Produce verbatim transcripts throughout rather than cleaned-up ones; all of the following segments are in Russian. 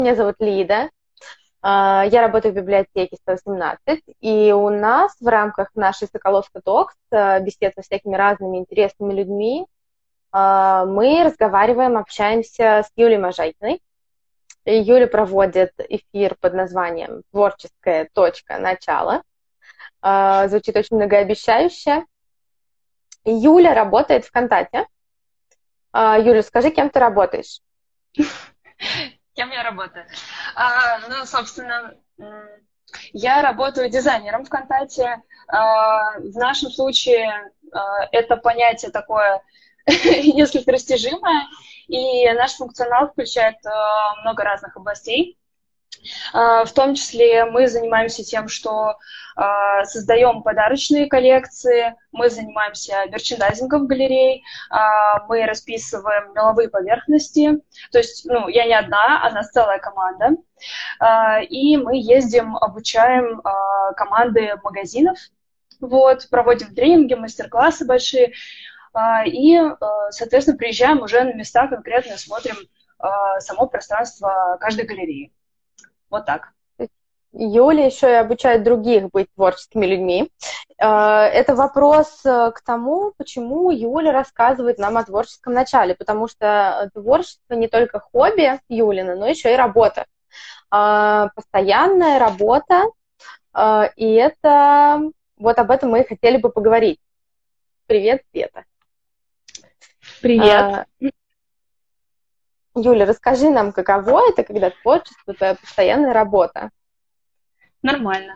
Меня зовут Лида. А, Я работаю в библиотеке сто семнадцать, и у нас в рамках нашей Соколовка Токс, а, бесед со всякими разными интересными людьми, а, мы разговариваем, общаемся с Юлией Можайкиной. И Юля проводит эфир под названием «Творческая точка. Начало». А, Звучит очень многообещающе. И Юля работает в ВКонтакте. А, Юля, скажи, кем ты работаешь? Кем я работаю? А, ну, собственно, м, я работаю дизайнером ВКонтакте. А, в нашем случае а, это понятие такое несколько растяжимое, и наш функционал включает а, много разных областей. А, В том числе мы занимаемся тем, что а, создаем подарочные коллекции, мы занимаемся мерчендайзингом галерей, а, мы расписываем меловые поверхности. То есть, ну, я не одна, а нас целая команда. А, И мы ездим, обучаем а, команды магазинов, вот, проводим тренинги, мастер-классы большие, а, и, а, соответственно, приезжаем уже на места конкретно, смотрим а, само пространство каждой галереи. Вот так. Юля еще и обучает других быть творческими людьми. Э, Это вопрос э, к тому, почему Юля рассказывает нам о творческом начале, потому что творчество не только хобби Юлина, но еще и работа. Э, Постоянная работа, э, и это вот об этом мы и хотели бы поговорить. Привет, Света. Привет. Э, Юля, расскажи нам, каково это, когда творчество — твоя постоянная работа? Нормально.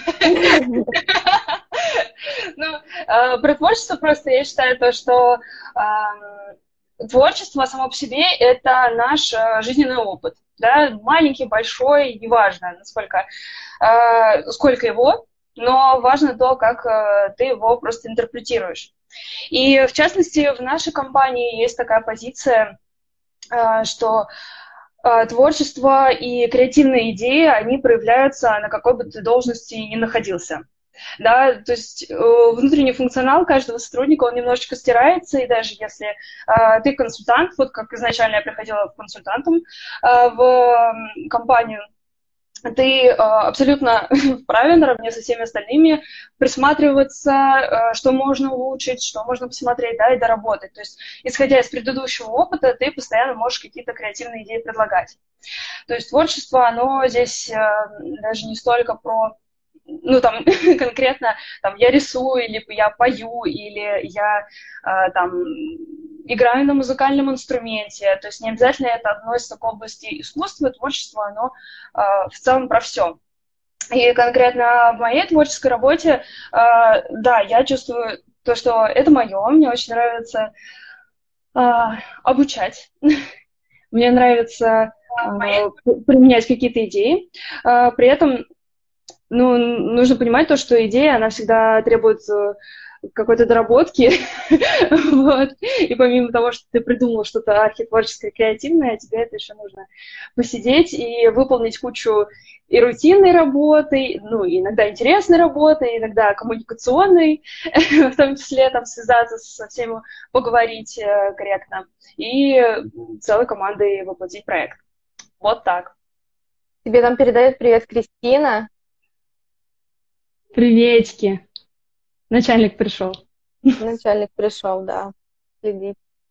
Ну, э, про творчество просто я считаю то, что эм, творчество само по себе — это наш э, жизненный опыт. Да? Маленький, большой, неважно, насколько, э, сколько его, но важно то, как э, ты его просто интерпретируешь. И, в частности, в нашей компании есть такая позиция, э, что э, творчество и креативные идеи, они проявляются на какой бы ты должности ни находился. Да, то есть э, внутренний функционал каждого сотрудника, он немножечко стирается, и даже если э, ты консультант, вот как изначально я приходила консультантом э, в м, компанию, ты э, абсолютно вправе наравне со всеми остальными присматриваться, э, что можно улучшить, что можно посмотреть, да, и доработать. То есть, исходя из предыдущего опыта, ты постоянно можешь какие-то креативные идеи предлагать. То есть творчество, оно здесь э, даже не столько про, ну, там, конкретно, там, я рисую, или я пою, или я, э, там, играю на музыкальном инструменте. То есть не обязательно это относится к области искусства, творчества, оно э, в целом про все. И конкретно в моей творческой работе, э, да, я чувствую то, что это мое, мне очень нравится э, обучать. Мне нравится э, применять какие-то идеи. Э, при этом, ну, нужно понимать то, что идея, она всегда требует э, какой-то доработки. Вот. И помимо того, что ты придумал что-то архитворческое, креативное, тебе это еще нужно посидеть и выполнить кучу и рутинной работы, ну, и иногда интересной работы, иногда коммуникационной, в том числе там связаться со всеми, поговорить э, корректно, и целой командой воплотить проект. Вот так. Тебе там передает привет Кристина. Приветики. Начальник пришел. Начальник пришел, да. Следить.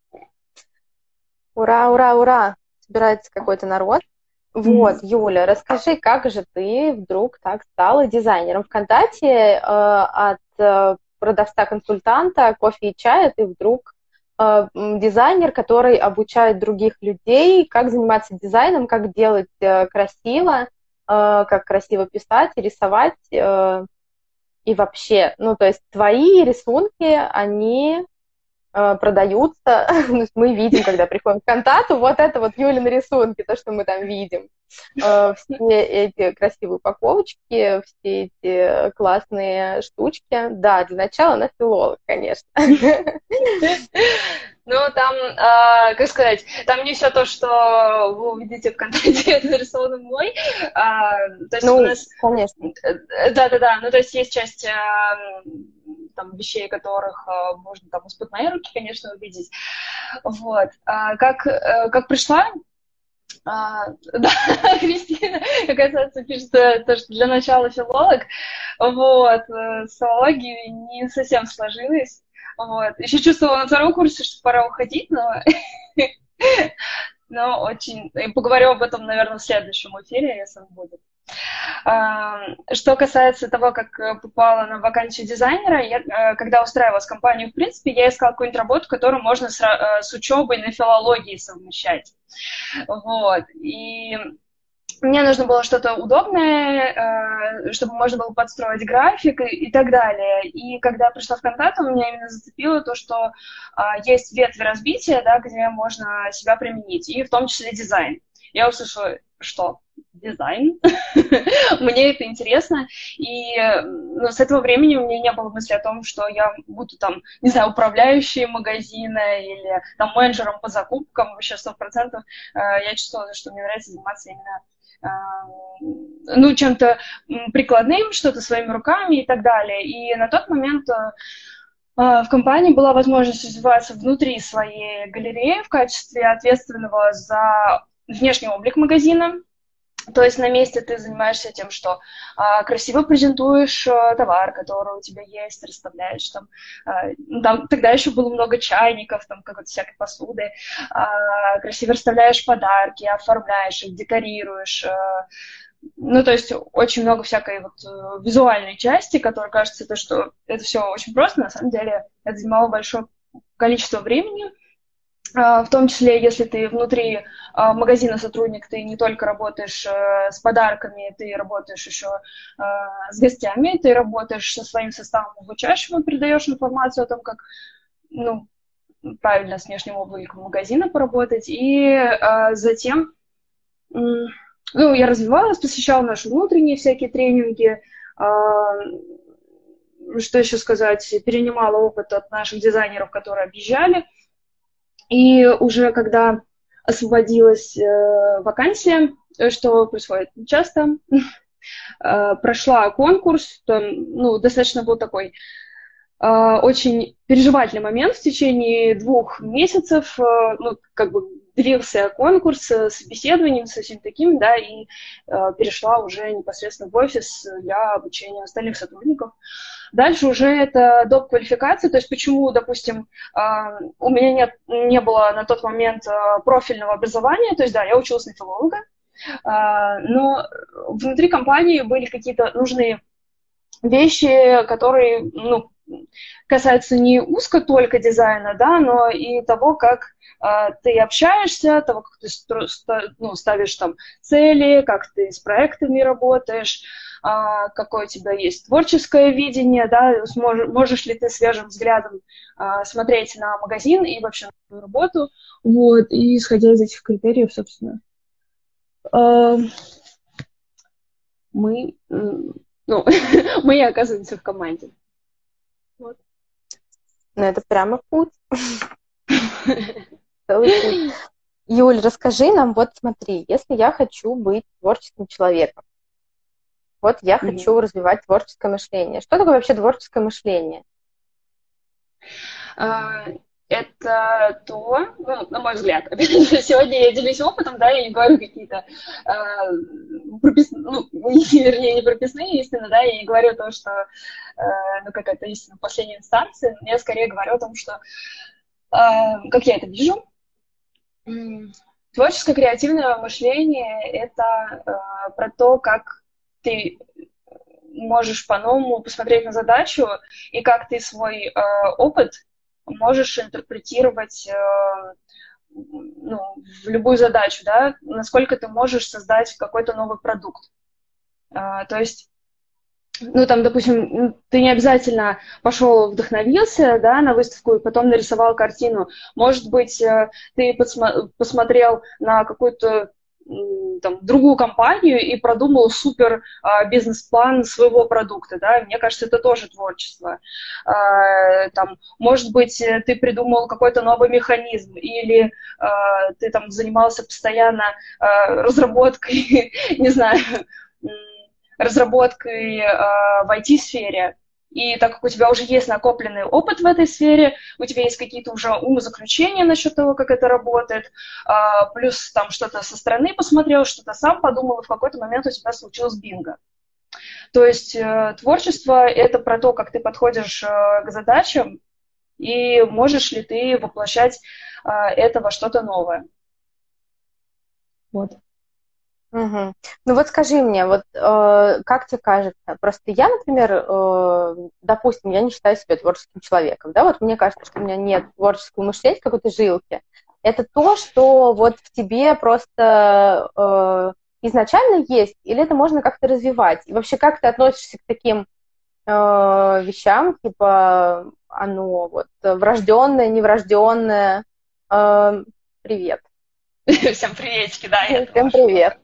Ура, ура, ура! Собирается какой-то народ. Вот, Юля, расскажи, как же ты вдруг так стала дизайнером ВКонтакте, э, от э, продавца-консультанта кофе и чая ты вдруг э, м, дизайнер, который обучает других людей, как заниматься дизайном, как делать э, красиво, э, как красиво писать и рисовать, э, и вообще, ну, то есть твои рисунки, они э, продаются, то есть мы видим, когда приходим в контакту, вот это вот Юлины рисунки, то, что мы там видим. Э, Все эти красивые упаковочки, все эти классные штучки. Да, для начала она филолог, конечно. Ну, там, э, как сказать, там не все то, что вы увидите в контенте, это нарисовано мной. А, то есть у Ну, нас... конечно. Да-да-да, ну, то есть есть часть э, там, вещей, которых э, можно там из-под моей руки, конечно, увидеть. Вот. А как, э, как пришла? А, да, Кристина, оказывается, пишет, э, то, что для начала филолог, вот, э, с филологией не совсем сложилось, вот. Еще чувствовала на втором курсе, что пора уходить, но, но очень... И поговорю об этом, наверное, в следующем эфире, если он будет. Что касается того, как попала на вакансию дизайнера, я, когда устраивалась в компанию, в принципе, я искала какую-нибудь работу, которую можно с, с учебой на филологии совмещать. Вот. И мне нужно было что-то удобное, чтобы можно было подстроить график и, и так далее. И когда пришла в контакт, меня именно зацепило то, что а, есть ветви разбития, да, где можно себя применить, и в том числе дизайн. Я услышала, что дизайн, мне это интересно, и ну, с этого времени у меня не было мысли о том, что я буду там, не знаю, управляющей магазина или там менеджером по закупкам, вообще сто процентов. Я чувствовала, что мне нравится заниматься именно ну, чем-то прикладным, что-то своими руками и так далее. И на тот момент в компании была возможность развиваться внутри своей галереи в качестве ответственного за внешний облик магазина. То есть на месте ты занимаешься тем, что а, красиво презентуешь а, товар, который у тебя есть, расставляешь там. А, там тогда еще было много чайников, там какой-то всякой посуды. А, красиво расставляешь подарки, оформляешь их, декорируешь. А, ну, то есть очень много всякой вот визуальной части, которая кажется, то, что это все очень просто. На самом деле это занимало большое количество времени. В том числе, если ты внутри магазина сотрудник, ты не только работаешь с подарками, ты работаешь еще с гостями, ты работаешь со своим составом обучающего, передаешь информацию о том, как ну, правильно с внешним обликом магазина поработать. И затем ну, я развивалась, посещала наши внутренние всякие тренинги, что еще сказать, перенимала опыт от наших дизайнеров, которые объезжали. И уже когда освободилась э, вакансия, что происходит часто, э, прошла конкурс, то, ну, достаточно был такой э, очень переживательный момент в течение двух месяцев, э, ну, как бы длился конкурс с собеседованием, со всем таким, да, и э, перешла уже непосредственно в офис для обучения остальных сотрудников. Дальше уже это доп. Квалификация, то есть почему, допустим, у меня нет, не было на тот момент профильного образования, то есть, да, я училась на филолога, но внутри компании были какие-то нужные вещи, которые, ну, касаются не узко только дизайна, да, но и того, как ты общаешься, того, как ты ну, ставишь там цели, как ты с проектами работаешь, какое у тебя есть творческое видение, да, сможешь, можешь ли ты свежим взглядом а, смотреть на магазин и вообще на свою работу, вот, и исходя из этих критериев, собственно, а, мы, ну, мы и оказываемся в команде. Вот. Ну, это прямо путь. Юль, расскажи нам, вот смотри, если я хочу быть творческим человеком, вот я mm-hmm. хочу развивать творческое мышление. Что такое вообще творческое мышление? Uh, это то, ну, на мой взгляд, сегодня я делюсь опытом, да, я не говорю какие-то, uh, пропис... ну, вернее, не прописные истины, да, я не говорю то, что, uh, ну, какая-то истина в последней инстанции, я скорее говорю о том, что, uh, как я это вижу, um, творческое креативное мышление — это uh, про то, как ты можешь по-новому посмотреть на задачу и как ты свой э, опыт можешь интерпретировать э, ну, в любую задачу, да, насколько ты можешь создать какой-то новый продукт. Э, то есть, ну, там, допустим, ты не обязательно пошел, вдохновился, да, на выставку и потом нарисовал картину. Может быть, э, ты подсма- посмотрел на какую-то там, другую компанию и продумал супер а, бизнес-план своего продукта, да, мне кажется, это тоже творчество. А, там, может быть, ты придумал какой-то новый механизм, или а, ты там занимался постоянно а, разработкой, не знаю, разработкой а, в ай ти-сфере, и так как у тебя уже есть накопленный опыт в этой сфере, у тебя есть какие-то уже умозаключения насчет того, как это работает, плюс там что-то со стороны посмотрел, что-то сам подумал, и в какой-то момент у тебя случилось бинго. То есть творчество — это про то, как ты подходишь к задачам, и можешь ли ты воплощать это во что-то новое. Вот. Угу. Ну вот скажи мне, вот э, как тебе кажется, просто я, например, э, допустим, я не считаю себя творческим человеком, да, вот мне кажется, что у меня нет творческого мышления, какой-то жилки. Это то, что вот в тебе просто э, изначально есть, или это можно как-то развивать? И вообще, как ты относишься к таким э, вещам, типа оно вот врожденное, неврожденное? Э, привет. Всем приветики, да. Всем привет.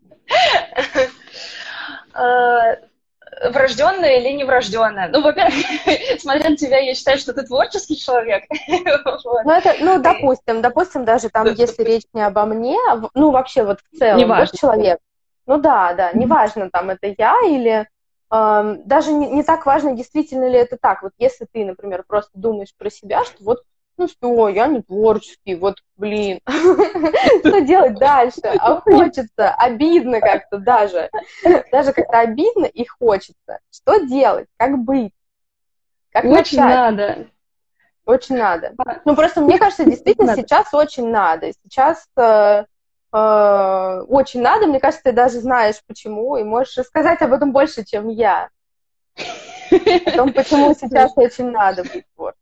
Врожденное или неврожденное? Ну, во-первых, смотря на тебя, я считаю, что ты творческий человек. Ну, это, ну, допустим, допустим, даже там, если речь не обо мне, ну, вообще вот в целом, вот человек, ну да, да, неважно, там, это я или э, даже не, не так важно, действительно ли это так. Вот если ты, например, просто думаешь про себя, что вот, ну что, я не творческий, вот, блин, что делать дальше? А хочется, обидно как-то даже. Даже как-то обидно и хочется. Что делать? Как быть? Как очень надо. Очень надо. Ну, просто мне кажется, действительно сейчас очень надо. Сейчас э, э, очень надо. Мне кажется, ты даже знаешь, почему, и можешь рассказать об этом больше, чем я. О том, почему сейчас очень надо быть творческим.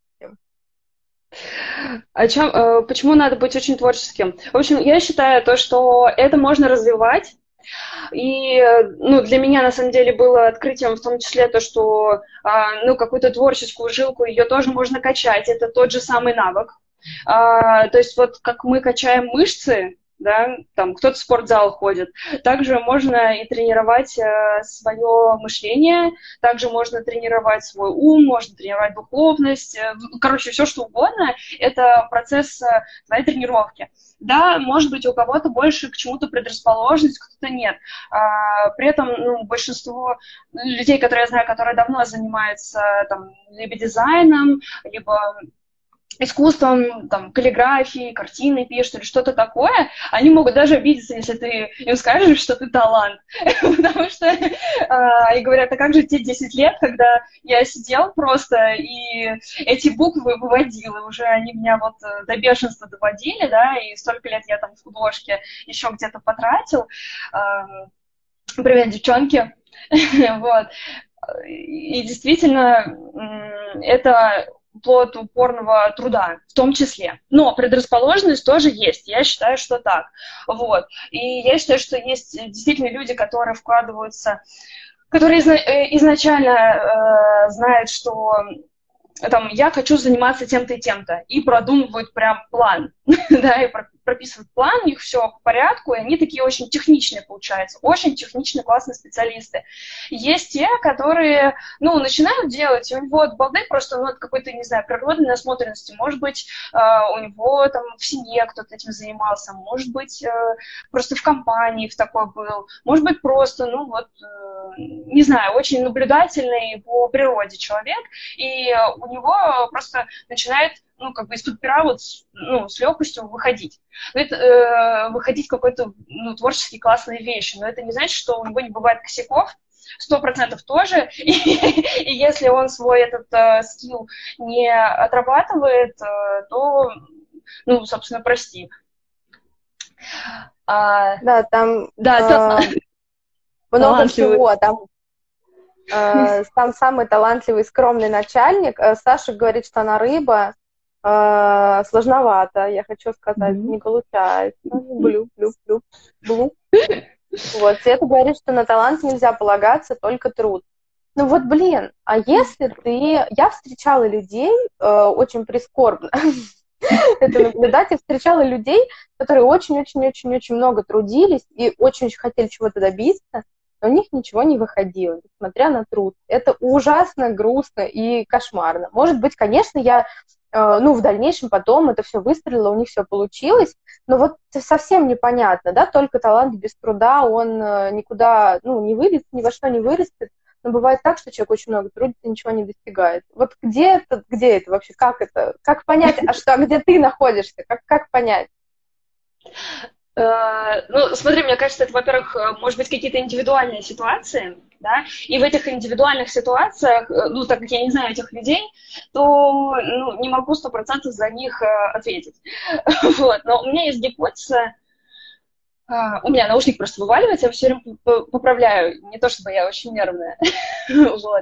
О чем, э, почему надо быть очень творческим? В общем, я считаю то, что это можно развивать. И ну, для меня, на самом деле, было открытием в том числе то, что ну, какую-то творческую жилку, ее тоже можно качать. Это тот же самый навык. То есть вот как мы качаем мышцы, да, там кто-то в спортзал ходит, также можно и тренировать э, свое мышление, также можно тренировать свой ум, можно тренировать духовность, э, короче, все что угодно, это процесс э, твоей тренировки. Да, может быть, у кого-то больше к чему-то предрасположенность, кто-то нет. А, при этом ну, большинство людей, которые я знаю, которые давно занимаются там, либо дизайном, либо искусством, там, каллиграфией, картины пишут или что-то такое, они могут даже обидеться, если ты им скажешь, что ты талант. Потому что э, и говорят, а как же те десять лет, когда я сидел просто и эти буквы выводил, и уже они меня вот до бешенства доводили, да, и столько лет я там в художке еще где-то потратил. Э, привет, девчонки. Вот. И действительно, это плод упорного труда, в том числе. Но предрасположенность тоже есть. Я считаю, что так. Вот. И я считаю, что есть действительно люди, которые вкладываются, которые изначально э, знают, что там, я хочу заниматься тем-то и тем-то, и продумывают прям план, да, и прописывают план, у них все в порядку, и они такие очень техничные получаются, очень техничные, классные специалисты. Есть те, которые, ну, начинают делать, и у него от балды просто, ну, от какой-то, не знаю, природной насмотренности, может быть, э, у него там в семье кто-то этим занимался, может быть, э, просто в компании в такой был, может быть, просто, ну, вот, э, не знаю, очень наблюдательный по природе человек, и у него просто начинает, ну, как бы из-под пера вот, ну, с легкостью выходить. Но это, э, выходить какой-то, ну, творчески классные вещи. Но это не значит, что у него не бывает косяков, сто процентов тоже. И, и если он свой этот э, скилл не отрабатывает, э, то, ну, собственно, прости. А, да, там да, э, там, много всего. Там Там самый талантливый, скромный начальник. Саша говорит, что она рыба. Сложновато, я хочу сказать, не получается. Блю, блю, блю, блю. Вот, Света говорит, что на талант нельзя полагаться, только труд. Ну вот, блин, а если ты... Я встречала людей, очень прискорбно, это наблюдать, я встречала людей, которые очень-очень-очень-очень много трудились и очень-очень хотели чего-то добиться, у них ничего не выходило, несмотря на труд. Это ужасно, грустно и кошмарно. Может быть, конечно, я, э, ну, в дальнейшем потом это все выстрелило, у них все получилось, но вот совсем непонятно, да, только талант без труда, он никуда, ну, не вылезет, ни во что не вырастет. но бывает так, что человек очень много трудится и ничего не достигает. Вот где это, где это вообще, как это, как понять, а что, а где ты находишься, как, как понять? Ну, смотри, мне кажется, это, во-первых, может быть, какие-то индивидуальные ситуации, да, и в этих индивидуальных ситуациях, ну, так как я не знаю этих людей, то, ну, не могу сто процентов за них ответить. Вот, но у меня есть гипотеза, у меня наушник просто вываливается, я все время поправляю, не то чтобы я очень нервная, вот.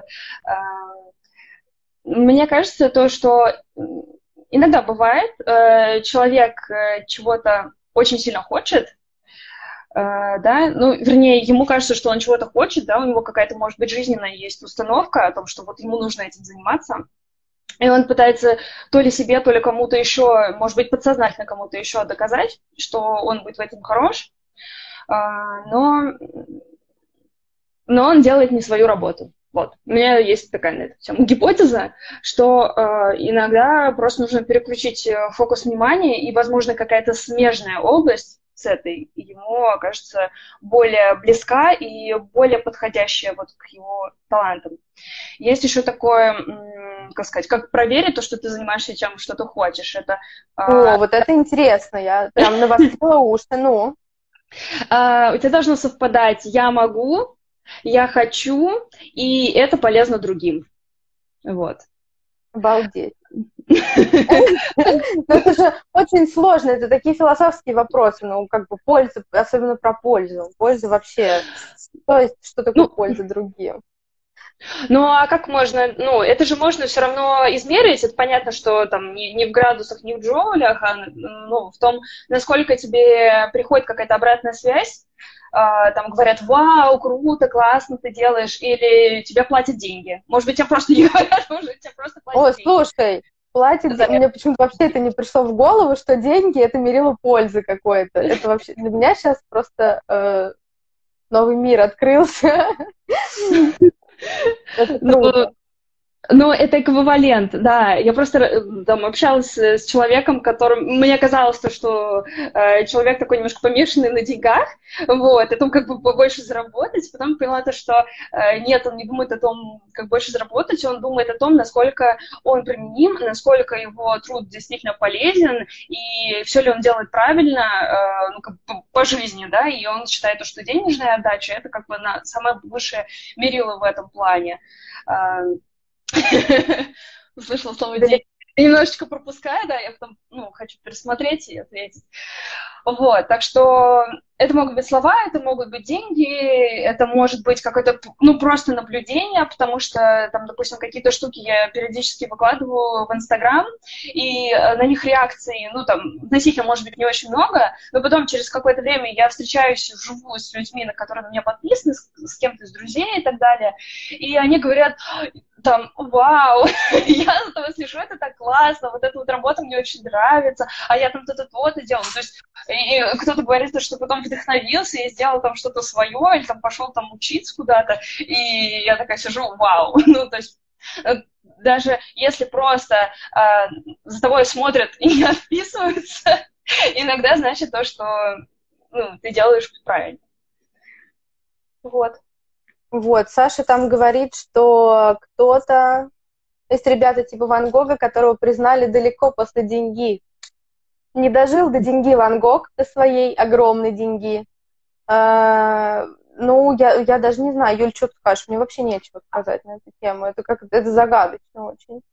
Мне кажется, то, что иногда бывает, человек чего-то очень сильно хочет, э, да, ну, вернее, ему кажется, что он чего-то хочет, да, у него какая-то, может быть, жизненная есть установка о том, что вот ему нужно этим заниматься, и он пытается то ли себе, то ли кому-то еще, может быть, подсознательно кому-то еще доказать, что он будет в этом хорош, э, но, но он делает не свою работу. Вот. У меня есть такая на эту тему гипотеза, что э, иногда просто нужно переключить фокус внимания, и, возможно, какая-то смежная область с этой ему окажется более близка и более подходящая вот к его талантам. Есть еще такое, м, как сказать, как проверить то, что ты занимаешься чем, что ты хочешь. Это, э, О, вот это интересно, я прям навострила уши, ну. Э, у тебя должно совпадать «я могу», «я хочу», и это полезно другим. Вот. Обалдеть. Но это же очень сложно, это такие философские вопросы, ну, как бы польза, особенно про пользу. Польза вообще, то есть, что такое польза другим? Ну, а как можно, ну, это же можно все равно измерить, это понятно, что там не, не в градусах, не в джоулях, а ну, в том, насколько тебе приходит какая-то обратная связь, там говорят, вау, круто, классно ты делаешь, или тебе платят деньги. Может быть, тебе просто не говорят, может быть, тебе просто платят Ой, деньги. слушай, платят деньги. Мне почему-то вообще это не пришло в голову, что деньги — это мерило пользы какой-то. Это вообще для меня сейчас просто э, новый мир открылся. Это круто. Ну, это эквивалент, да. Я просто там общалась с человеком, которым... Мне казалось, то, что э, человек такой немножко помешанный на деньгах, вот, и том, как бы побольше заработать. Потом поняла то, что э, нет, он не думает о том, как больше заработать, он думает о том, насколько он применим, насколько его труд действительно полезен, и все ли он делает правильно, э, ну, как бы по жизни, да, и он считает, то, что денежная отдача — это как бы на, самое высшее мерило в этом плане. Услышала слово «деньги». Немножечко пропускаю, да, я потом, ну, хочу пересмотреть и ответить. Вот, так что это могут быть слова, это могут быть деньги, это может быть какое-то, ну, просто наблюдение, потому что, там, допустим, какие-то штуки я периодически выкладываю в Инстаграм, и на них реакции, ну, там, относительно, может быть, не очень много, но потом через какое-то время я встречаюсь вживую с людьми, на которые на меня подписаны, с, с кем-то из друзей и так далее, и они говорят, там, вау, я за тобой слежу, это так классно, вот эта вот работа мне очень нравится, а я там то-то, то-то делала. То есть и кто-то говорит, что потом вдохновился и сделал там что-то свое, или там пошел там учиться куда-то, и я такая сижу, вау. Ну, то есть даже если просто э, за тобой смотрят и не отписываются, иногда значит то, что ну, ты делаешь правильно. Вот. Вот, Саша там говорит, что кто-то... Есть ребята типа Ван Гога, которого признали далеко после деньги. Не дожил до деньги Ван Гог, до своей огромной деньги. А, ну, я, я даже не знаю, Юль, что ты скажешь? Мне вообще нечего сказать на эту тему. Это как это загадочно очень.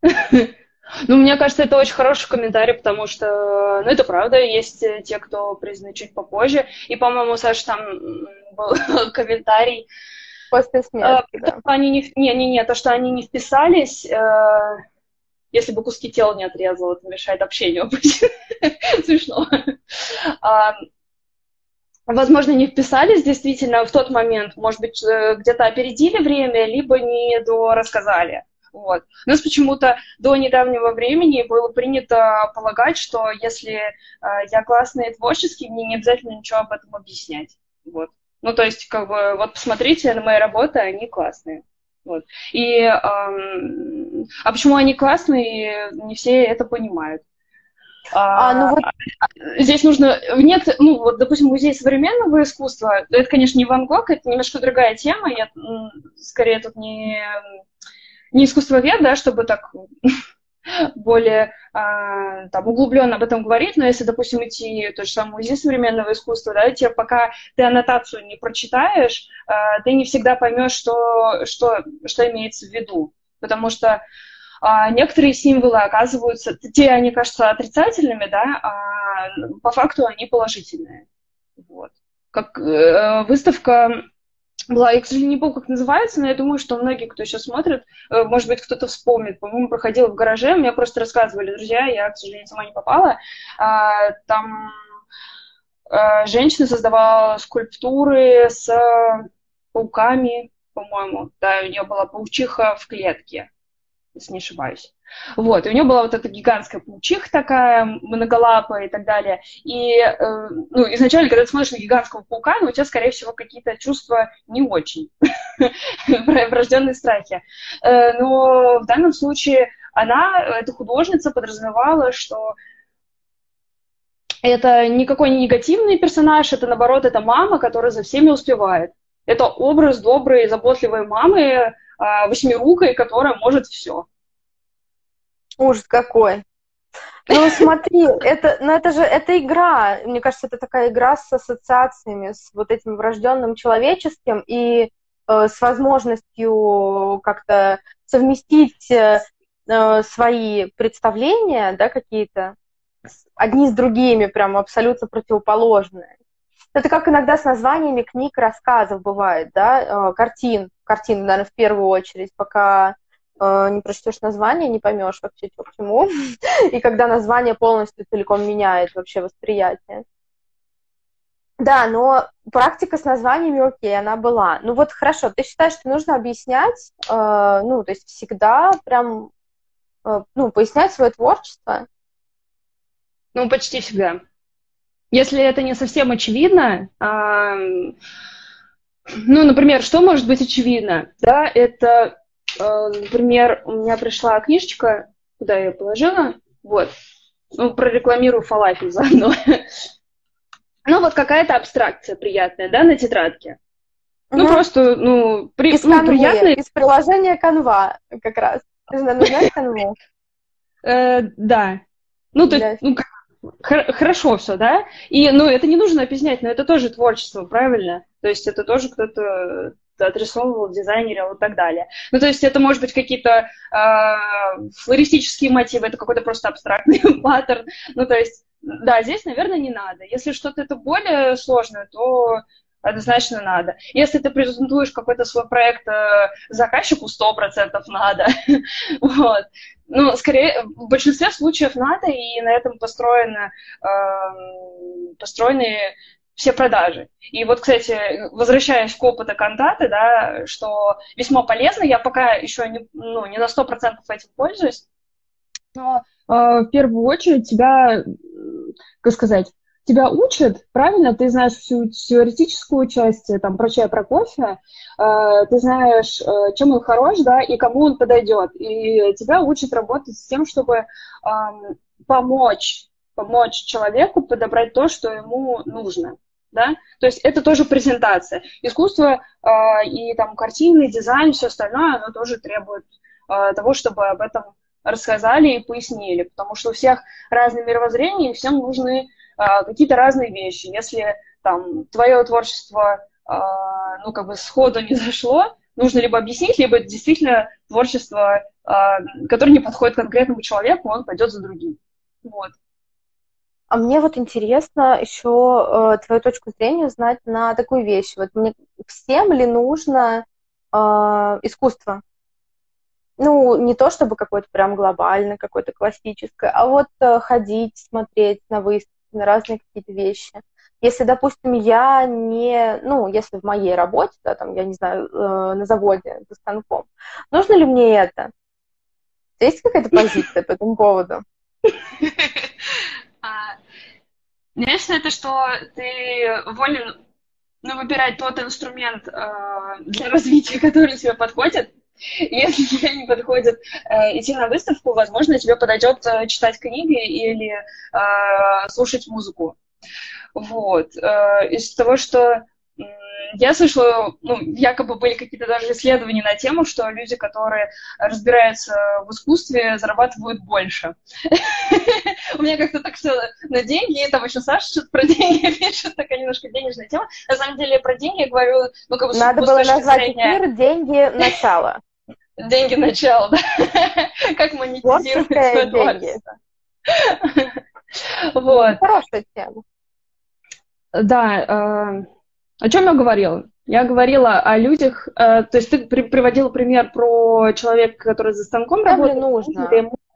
Ну, мне кажется, это очень хороший комментарий, потому что, ну, это правда, есть те, кто признаны чуть попозже. И, по-моему, Саша, там был комментарий, после смерти, э, да. То, они не, не, не, не, то, что они не вписались, э, если бы куски тела не отрезал, это мешает общению быть. Смешно. А, возможно, не вписались действительно в тот момент, может быть, где-то опередили время, либо не дорассказали. Вот. У нас почему-то до недавнего времени было принято полагать, что если э, я классный и творческий, мне не обязательно ничего об этом объяснять. Вот. Ну, то есть, как бы, вот посмотрите на мои работы, они классные. Вот. И, эм, а почему они классные, не все это понимают. А, ну вот... Здесь нужно... Нет, ну, вот, допустим, музей современного искусства, это, конечно, не Ван Гог, это немножко другая тема, я скорее тут не, не искусствовед, да, чтобы так более а, там, углубленно об этом говорить, но если, допустим, идти в тот же самый музей современного искусства, да, тебе, пока ты аннотацию не прочитаешь, а, ты не всегда поймешь, что, что, что имеется в виду, потому что а, некоторые символы оказываются, те они кажутся отрицательными, да, а по факту они положительные. Вот. Как э, выставка была, я, к сожалению, не помню, как называется, но я думаю, что многие, кто сейчас смотрит, может быть, кто-то вспомнит. По-моему, проходила в гараже, мне просто рассказывали друзья, я, к сожалению, сама не попала. Там женщина создавала скульптуры с пауками, по-моему. Да, у нее была паучиха в клетке, если не ошибаюсь. Вот, и у нее была вот эта гигантская паучиха такая, многолапая и так далее. И, э, ну, изначально, когда ты смотришь на гигантского паука, ну, у тебя, скорее всего, какие-то чувства не очень, врожденные страхи. Э, но в данном случае она, эта художница, подразумевала, что это никакой не негативный персонаж, это, наоборот, это мама, которая за всеми успевает. Это образ доброй, заботливой мамы, э, восьмирукой, которая может все. Ужас какой. Ну, смотри, это, ну, это же это игра. Мне кажется, это такая игра с ассоциациями, с вот этим врожденным человеческим и э, с возможностью как-то совместить э, свои представления, да, какие-то, одни с другими, прям абсолютно противоположные. Это как иногда с названиями книг, рассказов бывает, да, э, картин, картин, наверное, в первую очередь, пока не прочтешь название, не поймешь вообще, что к чему. И когда название полностью целиком меняет вообще восприятие. Да, но практика с названиями, окей, она была. Ну вот хорошо, ты считаешь, что нужно объяснять, э, ну, то есть всегда прям, э, ну, пояснять свое творчество? Ну, почти всегда. Если это не совсем очевидно, э, ну, например, что может быть очевидно? Да, это... Например, у меня пришла книжечка, куда я ее положила, вот, ну, прорекламирую фалафель заодно. Ну, вот какая-то абстракция приятная, да, на тетрадке. Ну, угу. Просто, ну, при, из ну Canva, приятная... Из приложения Canva как раз. Ты же, наверное, знаешь Canva? Э, да. Ну, то есть, ну, хорошо все, да? И, ну, это не нужно объяснять, но это тоже творчество, правильно? То есть это тоже кто-то... отрисовывал, дизайнерил и так далее. Ну, то есть это, может быть, какие-то э, флористические мотивы, это какой-то просто абстрактный паттерн. Ну, то есть, да, здесь, наверное, не надо. Если что-то это более сложное, то однозначно надо. Если ты презентуешь какой-то свой проект э, заказчику, сто процентов надо. Вот. Ну, скорее, в большинстве случаев надо, и на этом построено, э, построены все продажи. И вот, кстати, возвращаясь к опыту кантаты, да, что весьма полезно, я пока еще не, ну, не на сто процентов этим пользуюсь, но э, в первую очередь тебя, как сказать, тебя учат, правильно, ты знаешь всю теоретическую часть, там, про чай, про кофе, э, ты знаешь, э, чем он хорош, да, и кому он подойдет, и тебя учат работать с тем, чтобы э, помочь, помочь человеку подобрать то, что ему нужно. Да? То есть это тоже презентация. Искусство э, и там картины, дизайн, все остальное, оно тоже требует э, того, чтобы об этом рассказали и пояснили, потому что у всех разные мировоззрения, и всем нужны э, какие-то разные вещи. Если там твое творчество э, ну как бы сходу не зашло, нужно либо объяснить, либо это действительно творчество, э, которое не подходит конкретному человеку, он пойдет за другим. Вот. А мне вот интересно еще э, твою точку зрения узнать на такую вещь. Вот мне всем ли нужно э, искусство? Ну, не то чтобы какое-то прям глобальное, какое-то классическое, а вот э, ходить, смотреть на выставки, на разные какие-то вещи. Если, допустим, я не, ну, если в моей работе, да, там, я не знаю, э, на заводе за станком, нужно ли мне это? Есть какая-то позиция по этому поводу? Конечно, это что ты волен, ну, выбирать тот инструмент э, для развития, который тебе подходит. Если тебе не подходит э, идти на выставку, возможно, тебе подойдет э, читать книги или э, слушать музыку. Вот. Э, из того, что э, я слышала, ну, якобы были какие-то даже исследования на тему, что люди, которые разбираются в искусстве, зарабатывают больше. У меня как-то так все на деньги, там еще Саша что-то про деньги пишет, такая немножко денежная тема. На самом деле про деньги я говорю, ну, как бы... Надо было назвать эфир «Деньги начала». Деньги начала, да. Как монетизировать свое творчество. Вот. Хорошая тема. Да, о чем я говорила? Я говорила о людях, то есть ты приводила пример про человека, который за станком работает. Мне нужно.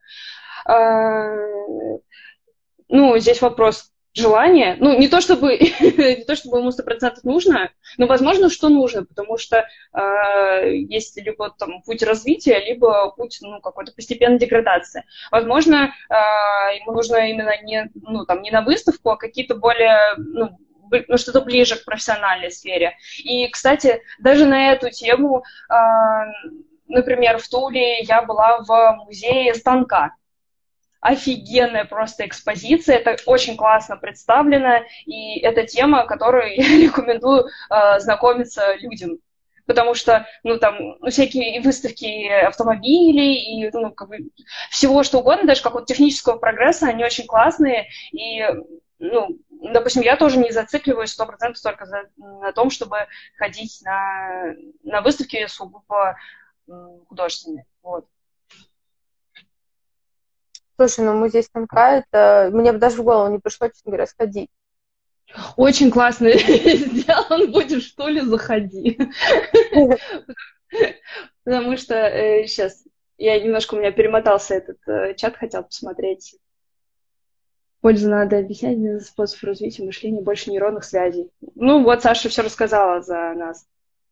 Ну, здесь вопрос желания. Ну, не то чтобы, не то чтобы ему сто процентов нужно, но, возможно, что нужно, потому что э, есть либо там путь развития, либо путь, ну, какой-то постепенной деградации. Возможно, э, ему нужно именно не, ну, там, не на выставку, а какие-то более, ну, ну, что-то ближе к профессиональной сфере. И, кстати, даже на эту тему, э, например, в Туле я была в музее станка. Офигенная просто экспозиция, это очень классно представлено, и это тема, которую я рекомендую э, знакомиться людям, потому что, ну, там, ну, всякие выставки автомобилей и, ну, как бы всего что угодно, даже какого-то технического прогресса, они очень классные, и, ну, допустим, я тоже не зацикливаюсь сто процентов только за, на том, чтобы ходить на, на выставки сугубо художественные, вот. Слушай, ну музей станка, это... Мне бы даже в голову не пришло, честно говоря, сходить. Очень классно сделан, будешь что ли, заходи. Потому что э, сейчас я немножко, у меня перемотался этот э, чат, хотел посмотреть. Пользу надо объяснять, способ развития мышления, больше нейронных связей. Ну вот, Саша все рассказала за нас.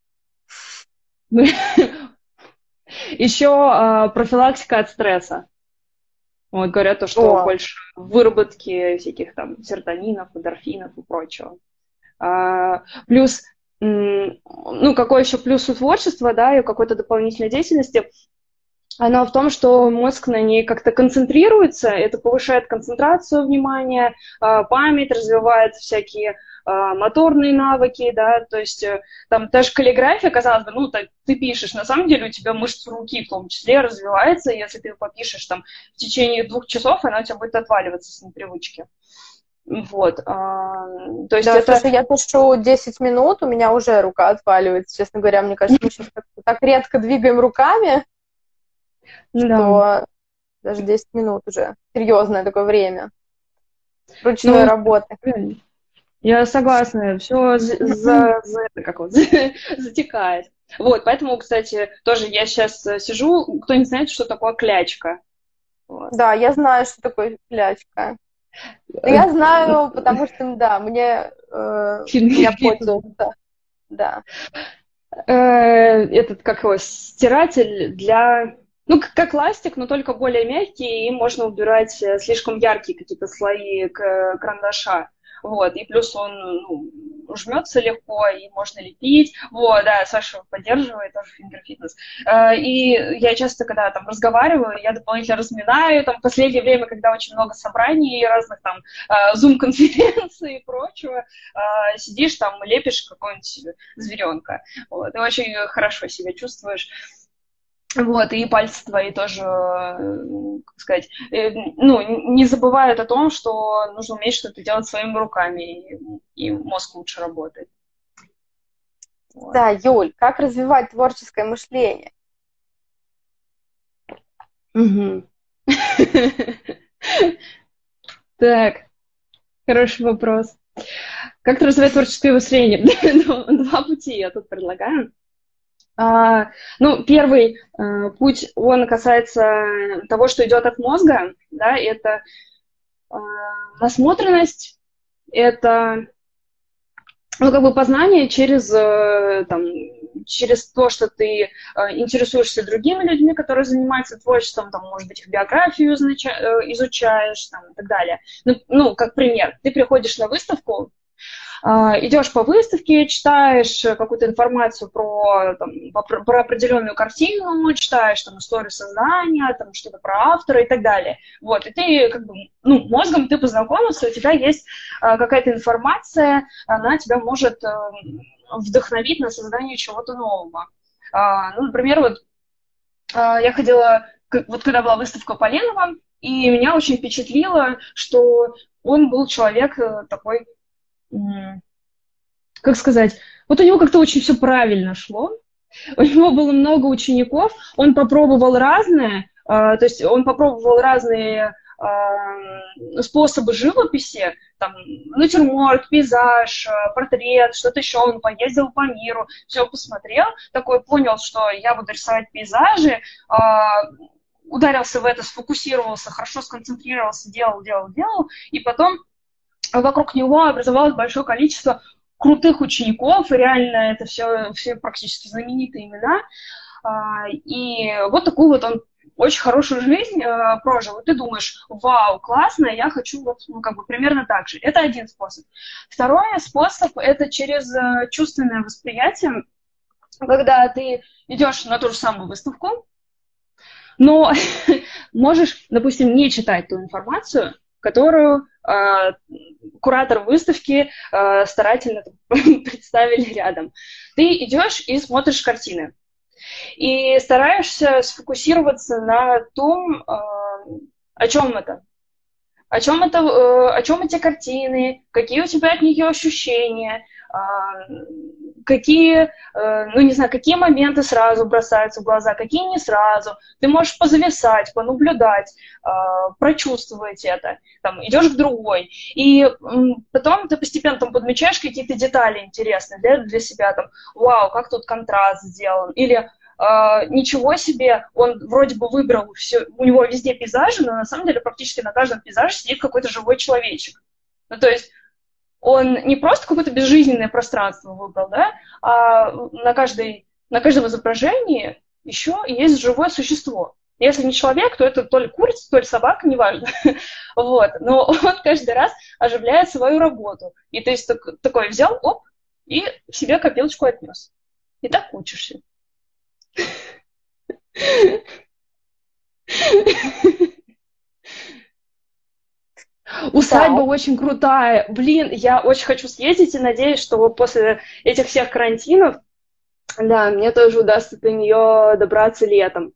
Еще э, профилактика от стресса. Вот, говорят, то, что О. больше выработки всяких там серотонинов, эндорфинов и прочего. А, плюс, ну, какой еще плюс у творчества, да, и какой-то дополнительной деятельности, оно в том, что мозг на ней как-то концентрируется, это повышает концентрацию внимания, память, развивает всякие моторные навыки, да, то есть там даже каллиграфия, казалось бы, ну, так, ты пишешь, на самом деле у тебя мышца руки в том числе развивается, если ты попишешь там в течение двух часов, она у тебя будет отваливаться с непривычки. Вот, а, то есть да, это... слушай, я пишу десять минут, у меня уже рука отваливается, честно говоря, мне кажется, мы сейчас так редко двигаем руками, что да. Даже десять минут уже серьезное такое время ручной ну, работы. Я согласна, все за, за, за, как вот, затекает. Вот, поэтому, кстати, тоже я сейчас сижу, кто не знает, что такое клячка. Вот. Да, я знаю, что такое клячка. Я знаю, потому что, да, мне э, я пользуюсь. Да. Этот, как его, стиратель для... Ну, как ластик, но только более мягкий, и можно убирать слишком яркие какие-то слои карандаша. Вот, и плюс он, ну, жмется легко, и можно лепить. Вот, да, Саша поддерживает тоже фингер-фитнес. И я часто, когда там разговариваю, я дополнительно разминаю. Там в последнее время, когда очень много собраний, разных там зум-конференций и прочего, сидишь там, лепишь какого-нибудь зверенка. Вот, и очень хорошо себя чувствуешь. Вот, и пальцы твои тоже, как сказать, ну, не забывают о том, что нужно уметь что-то делать своими руками, и, и мозг лучше работает. Вот. Да, Юль, как развивать творческое мышление? Угу. Так, хороший вопрос. Как развивать творческое мышление? Два пути я тут предлагаю. Uh, ну, первый uh, путь, он касается того, что идет от мозга, да, это uh, насмотренность, это, ну, как бы познание через, uh, там, через то, что ты uh, интересуешься другими людьми, которые занимаются творчеством, там, может быть, их биографию изучаешь, там, и так далее. Ну, ну, как пример, ты приходишь на выставку, А, идешь по выставке, читаешь какую-то информацию про, там, про, про определенную картину, читаешь там историю создания, там что-то про автора и так далее. Вот, и ты как бы, ну, мозгом ты познакомился, у тебя есть а, какая-то информация, она тебя может а, вдохновить на создание чего-то нового. А, ну, например, вот а, я ходила, вот когда была выставка Поленова, и меня очень впечатлило, что он был человек такой, как сказать, вот у него как-то очень все правильно шло, у него было много учеников, он попробовал разное, то есть он попробовал разные способы живописи, там, натюрморт, пейзаж, портрет, что-то еще, он поездил по миру, все посмотрел, такой понял, что я буду рисовать пейзажи, ударился в это, сфокусировался, хорошо сконцентрировался, делал, делал, делал, и потом вокруг него образовалось большое количество крутых учеников, и реально это все, все практически знаменитые имена. И вот такую вот он очень хорошую жизнь прожил. И ты думаешь, вау, классно, я хочу вот, ну, как бы примерно так же. Это один способ. Второй способ – это через чувственное восприятие, когда ты идешь на ту же самую выставку, но можешь, допустим, не читать ту информацию, которую э, куратор выставки э, старательно представили рядом. Ты идешь и смотришь картины. И стараешься сфокусироваться на том, э, о чем это. О чем это, э, о чем эти картины, какие у тебя от нее ощущения, э, какие, э, ну не знаю, какие моменты сразу бросаются в глаза, какие не сразу. Ты можешь позависать, понаблюдать, э, прочувствовать это. Там, идешь к другой. И э, потом ты постепенно там подмечаешь какие-то детали интересные для, для себя. Там, вау, как тут контраст сделан. Или Uh, ничего себе, он вроде бы выбрал все, у него везде пейзажи, но на самом деле практически на каждом пейзаже сидит какой-то живой человечек. Ну, то есть он не просто какое-то безжизненное пространство выбрал, да, а на, каждой, на каждом изображении еще есть живое существо. Если не человек, то это то ли курица, то ли собака, неважно. Вот. Но он каждый раз оживляет свою работу. И то есть такой взял, оп, и себе копилочку отнес. И так учишься. Усадьба да. Очень крутая. Блин, я очень хочу съездить и надеюсь, что после этих всех карантинов, да, мне тоже удастся до нее добраться летом.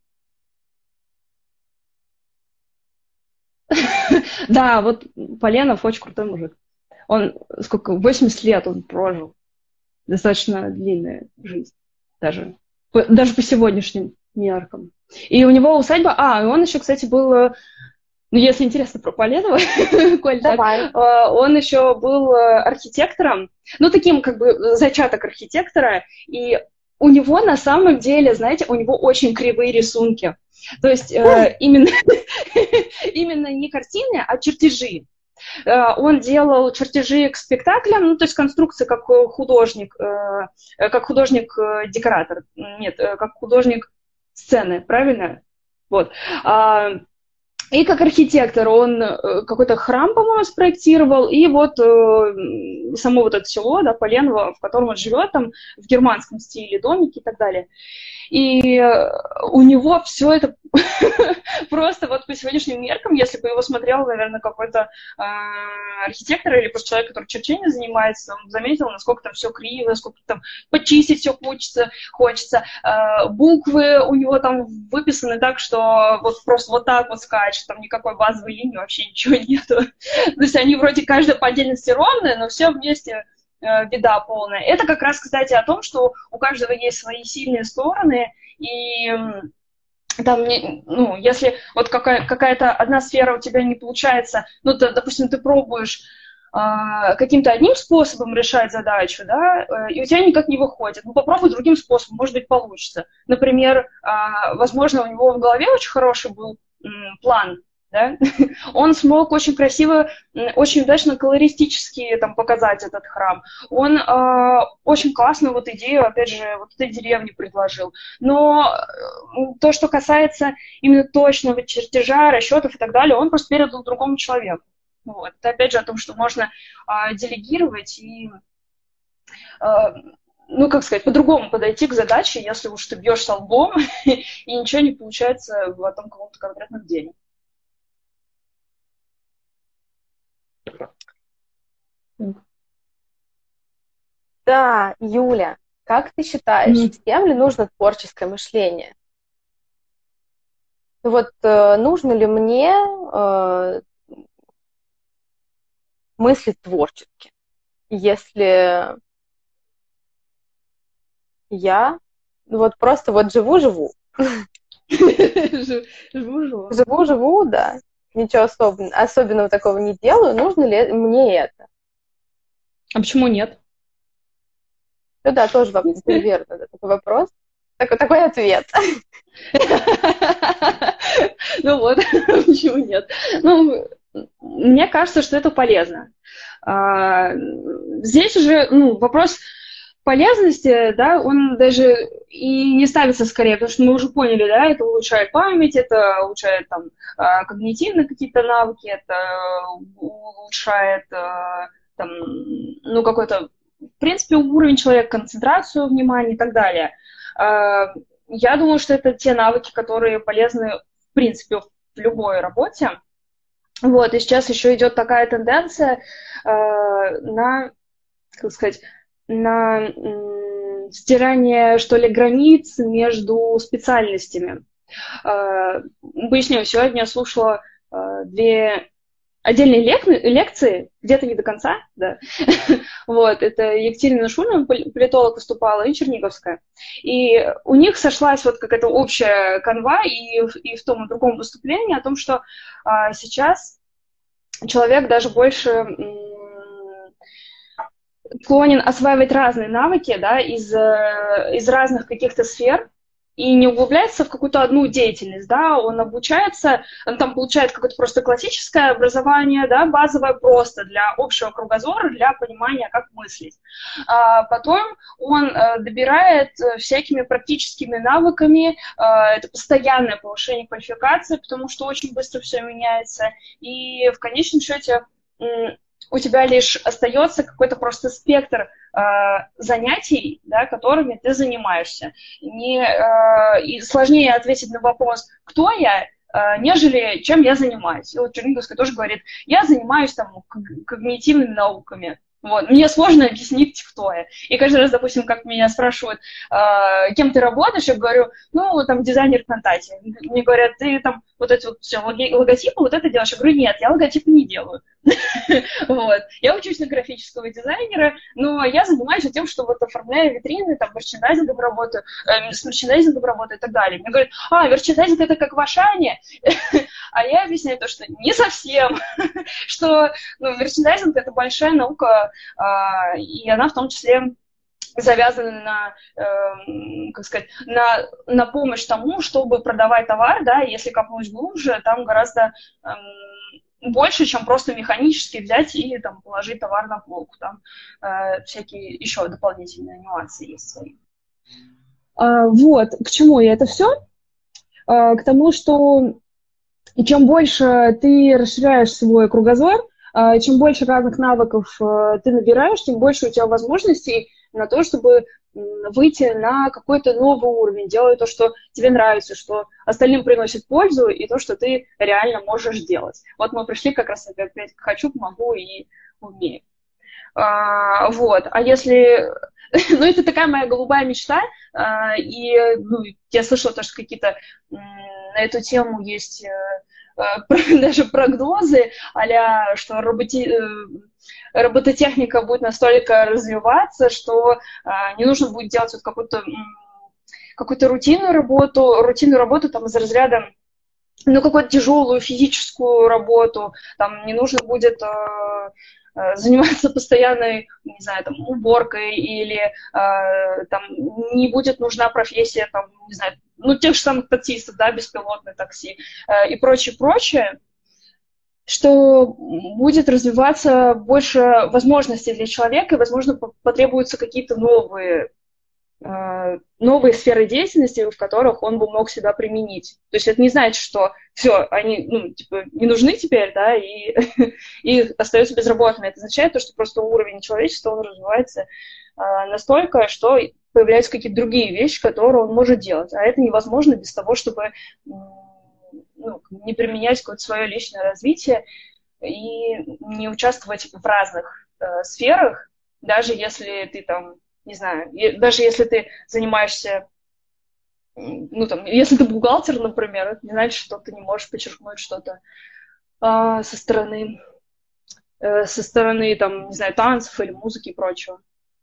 Да, вот Поленов очень крутой мужик. Он сколько, восемьдесят лет он прожил. Достаточно длинная жизнь даже. Даже по сегодняшним меркам. И у него усадьба... А, он еще, кстати, был... Ну, если интересно про Поленова, Коль, так, он еще был архитектором, ну, таким как бы зачаток архитектора, и у него на самом деле, знаете, у него очень кривые рисунки. То есть э, именно, именно не картины, а чертежи. Он делал чертежи к спектаклям, ну, то есть конструкции как художник, как художник-декоратор, нет, как художник сцены, правильно? Вот. И как архитектор он какой-то храм, по-моему, спроектировал, и вот само вот это село, да, Поленово, в котором он живет, там, в германском стиле, домики и так далее. И у него все это просто вот по сегодняшним меркам, если бы его смотрел, наверное, какой-то э, архитектор или просто человек, который черчением занимается, он заметил, насколько там все криво, насколько там почистить все хочется, хочется. Э, буквы у него там выписаны так, что вот просто вот так вот скачет, там никакой базовой линии, вообще ничего нету. То есть они вроде каждая по отдельности ровные, но все вместе беда полная. Это как раз, кстати, о том, что у каждого есть свои сильные стороны, и там, ну, если вот какая- какая-то одна сфера у тебя не получается, ну, то, допустим, ты пробуешь э, каким-то одним способом решать задачу, да, э, и у тебя никак не выходит, ну, попробуй другим способом, может быть, получится. Например, э, возможно, у него в голове очень хороший был э, план, да? Он смог очень красиво, очень удачно колористически там, показать этот храм. Он э, очень классную вот идею, опять же, вот этой деревни предложил. Но то, что касается именно точного чертежа, расчетов и так далее, он просто передал другому человеку. Вот. Это опять же о том, что можно э, делегировать и ну, как сказать, по-другому подойти к задаче, если уж ты бьешься лбом, и ничего не получается в этом каком-то конкретном деле. Да, Юля, как ты считаешь, Mm. всем ли нужно творческое мышление? Вот э, нужно ли мне э, мыслить творчески, если я вот просто вот живу-живу. Живу-живу. Живу-живу, да. Ничего особенного, особенного такого не делаю. Нужно ли мне это? А почему нет? Ну да, тоже вопрос, верно, да, такой вопрос. Такой, такой ответ. Ну вот, почему нет? Ну, мне кажется, что это полезно. Здесь уже ну, вопрос полезности, да, он даже и не ставится скорее, потому что мы уже поняли, да, это улучшает память, это улучшает там когнитивные какие-то навыки, это улучшает там, ну, какой-то, в принципе, уровень человека, концентрацию внимания и так далее. Я думаю, что это те навыки, которые полезны, в принципе, в любой работе. Вот, и сейчас еще идет такая тенденция э, на, как сказать, на м, стирание, что ли, границ между специальностями. Э, поясню, сегодня я слушала э, две отдельные лек- лекции, где-то не до конца, да. Вот, это Екатерина Шульман, политолог, выступала, и Черниговская. И у них сошлась вот какая-то общая канва и, и в том и другом выступлении о том, что а, сейчас человек даже больше м- склонен осваивать разные навыки, да, из, из разных каких-то сфер, и не углубляется в какую-то одну деятельность, да, он обучается, он там получает какое-то просто классическое образование, да, базовое просто для общего кругозора, для понимания, как мыслить. А потом он э, добирает всякими практическими навыками, э, это постоянное повышение квалификации, потому что очень быстро все меняется, и в конечном счете м- у тебя лишь остается какой-то просто спектр э, занятий, да, которыми ты занимаешься. Не, э, и сложнее ответить на вопрос, кто я, э, нежели чем я занимаюсь. И вот Черниговская тоже говорит, я занимаюсь там когнитивными науками. Вот. Мне сложно объяснить, кто я. И каждый раз, допустим, как меня спрашивают, э, кем ты работаешь, я говорю, ну, там, дизайнер ВКонтакте. Мне говорят, ты там вот эти вот все логотипы, вот это делаешь? Я говорю, нет, я логотипы не делаю. Вот. Я учусь на графического дизайнера, но я занимаюсь тем, что вот оформляю витрины, там, мерчендайзингом работаю, э, с мерчендайзингом работаю и так далее. Мне говорят, а, мерчендайзинг это как в Ашане, а я объясняю то, что не совсем, что ну, мерчендайзинг это большая наука, э, и она в том числе завязаны на, э, как сказать, на, на помощь тому, чтобы продавать товар, да, если копнуть глубже, там гораздо э, больше, чем просто механически взять и там, положить товар на полку. Там э, всякие еще дополнительные нюансы есть свои. А, вот, к чему я это все? А, к тому, что чем больше ты расширяешь свой кругозор, а, чем больше разных навыков а, ты набираешь, тем больше у тебя возможностей на то, чтобы выйти на какой-то новый уровень, делать то, что тебе нравится, что остальным приносит пользу, и то, что ты реально можешь делать. Вот мы пришли как раз опять к «хочу, могу и умею». А, вот. А если... ну, это такая моя голубая мечта, а, и ну, я слышала, что какие-то на эту тему есть... даже прогнозы, а-ля, что роботи... робототехника будет настолько развиваться, что а, не нужно будет делать вот какую-то, какую-то рутинную работу, рутинную работу там из разряда, ну, какую-то тяжелую физическую работу, там не нужно будет а, заниматься постоянной, не знаю, там, уборкой или а, там не будет нужна профессия, там, не знаю, ну, тех же самых таксистов, да, беспилотное такси э, и прочее, прочее, что будет развиваться больше возможностей для человека, и, возможно, потребуются какие-то новые, э, новые сферы деятельности, в которых он бы мог себя применить. То есть это не значит, что все, они, ну, типа, не нужны теперь, да, и, и остаются безработными. Это означает то, что просто уровень человечества, он развивается настолько, что появляются какие-то другие вещи, которые он может делать. А это невозможно без того, чтобы ну, не применять какое-то свое личное развитие и не участвовать в разных э, сферах, даже если ты там, не знаю, даже если ты занимаешься, ну там, если ты бухгалтер, например, это не значит, что ты не можешь подчеркнуть что-то э, со стороны, э, со стороны, там, не знаю, танцев или музыки и прочего.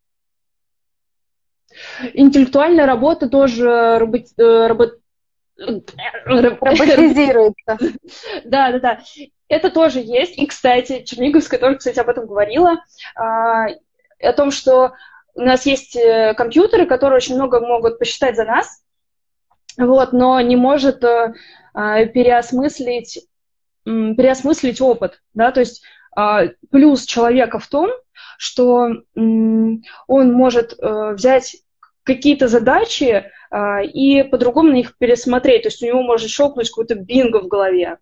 Интеллектуальная работа тоже робот, робот, роботизируется. Да, да, да. Это тоже есть. И, кстати, Черниговская тоже, кстати, об этом говорила, о том, что у нас есть компьютеры, которые очень много могут посчитать за нас, вот, но не может переосмыслить, переосмыслить опыт. Да? То есть плюс человека в том, что он может взять какие-то задачи и по-другому на них пересмотреть. То есть у него может щелкнуть какой-то бинго в голове.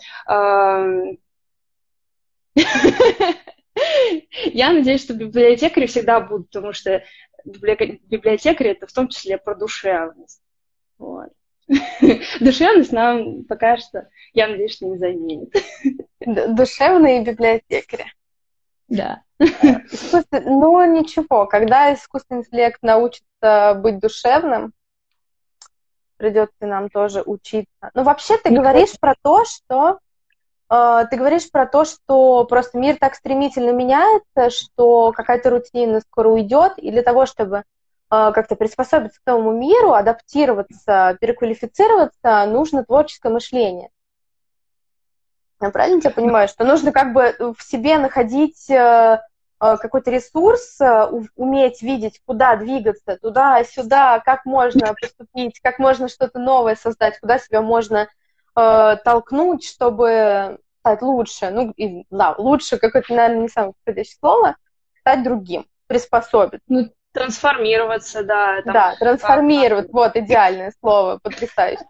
Я надеюсь, что библиотекари всегда будут, потому что библиотекари — это в том числе про душевность. Вот. Душевность нам пока что, я надеюсь, что не заменит. Душевные библиотекари. Да. Искусство... Ну, ничего, когда искусственный интеллект научится быть душевным, придется нам тоже учиться. Но вообще ты говоришь про то, что э, ты говоришь про то, что просто мир так стремительно меняется, что какая-то рутина скоро уйдет, и для того, чтобы э, как-то приспособиться к новому миру, адаптироваться, переквалифицироваться, нужно творческое мышление. Я правильно тебя понимаю, что нужно как бы в себе находить э, какой-то ресурс, уметь видеть, куда двигаться, туда-сюда, как можно поступить, как можно что-то новое создать, куда себя можно э, толкнуть, чтобы стать лучше. Ну, и, да, лучше, какое-то, наверное, не самое подходящее слово, стать другим, приспособиться. Ну, трансформироваться, да. Там, да, трансформировать, а, вот, идеальное слово, потрясающе.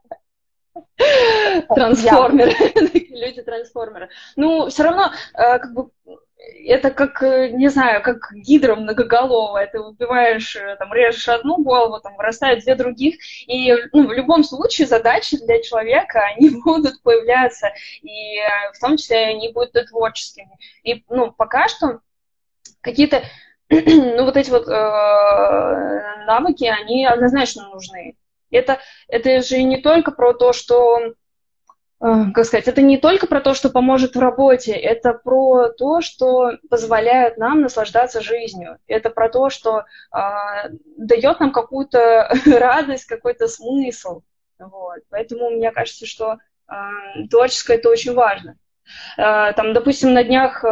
Трансформеры, люди-трансформеры. Ну, все равно, как бы, это как, не знаю, как гидра многоголовая. Ты убиваешь, там, режешь одну голову, там, вырастают две других. И ну, в любом случае задачи для человека, они будут появляться. И в том числе они будут и творческими. И, ну, пока что какие-то, ну, вот эти вот э, навыки, они однозначно нужны. Это, это же не только про то, что... Как сказать, это не только про то, что поможет в работе, это про то, что позволяет нам наслаждаться жизнью. Это про то, что э, дает нам какую-то радость, какой-то смысл. Вот. Поэтому мне кажется, что э, творческое — это очень важно. Э, там, допустим, на днях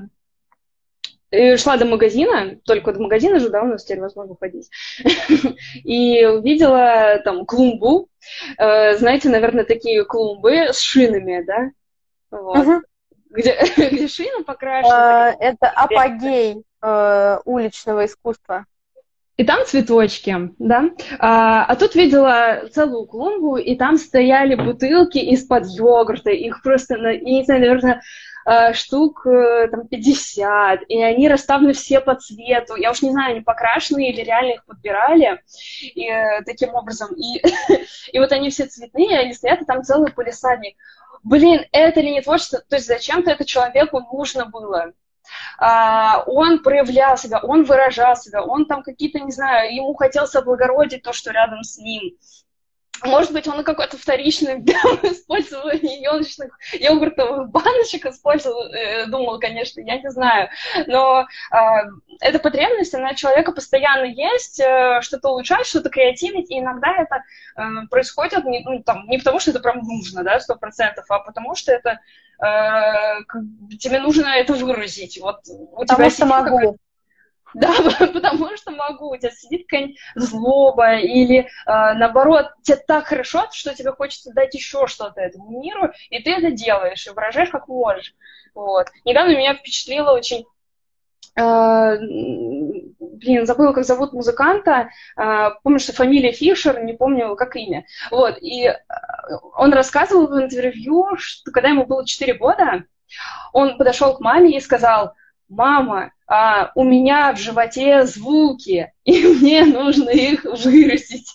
э, шла до магазина, только до магазина же, да, у нас теперь возможно ходить, и увидела там клумбу. Знаете, наверное, такие клумбы с шинами, да? Вот. Uh-huh. Где, где шины покрашены. Uh, это апогей uh, уличного искусства. И там цветочки, да? А, а тут видела целую клумбу, и там стояли бутылки из-под йогурта. Их просто, я не знаю, наверное, штук там пятьдесят, и они расставлены все по цвету. Я уж не знаю, они покрашены или реально их подбирали и, таким образом. И, и вот они все цветные, они стоят, и там целый палисадник. Блин, это ли не творчество? То есть зачем-то это человеку нужно было. А, он проявлял себя, он выражал себя, он там какие-то, не знаю, ему хотелось облагородить то, что рядом с ним. Может быть, он какой-то вторичный использование елочных йогуртовых баночек использовал, э, думал, конечно, я не знаю. Но э, эта потребность, она у человека постоянно есть, э, что-то улучшать, что-то креативить, и иногда это э, происходит не, ну, там, не потому, что это прям нужно, да, сто процентов, а потому что это э, тебе нужно это выразить. Вот у потому тебя что могу. Да, потому что могу. У тебя сидит какая-нибудь злоба или, э, наоборот, тебе так хорошо, что тебе хочется дать еще что-то этому миру, и ты это делаешь, и выражаешь как можешь. Вот. Недавно меня впечатлило очень... Э, блин, забыла, как зовут музыканта. Э, помню, что фамилия Фишер, не помню, как имя. Вот. И он рассказывал в интервью, что когда ему было четыре года, он подошел к маме и сказал: «Мама, а, у меня в животе звуки, и мне нужно их выразить.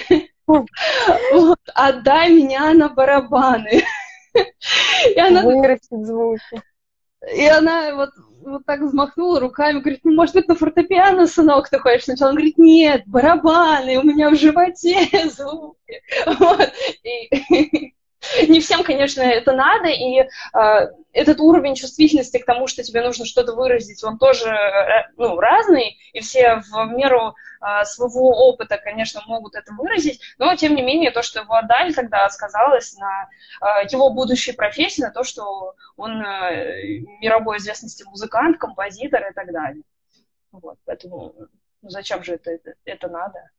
Вот, отдай меня на барабаны. И она, Вырастить звуки. и она вот, вот так взмахнула руками, говорит, ну, может быть, на фортепиано, сынок, ты хочешь сначала? Он говорит, нет, барабаны, у меня в животе звуки. Вот. И не всем, конечно, это надо, и э, этот уровень чувствительности к тому, что тебе нужно что-то выразить, он тоже э, ну, разный, и все в меру э, своего опыта, конечно, могут это выразить, но, тем не менее, то, что его отдали, тогда сказалось на э, его будущей профессии, на то, что он э, мировой известности музыкант, композитор и так далее. Вот, поэтому ну, зачем же это, это, это надо?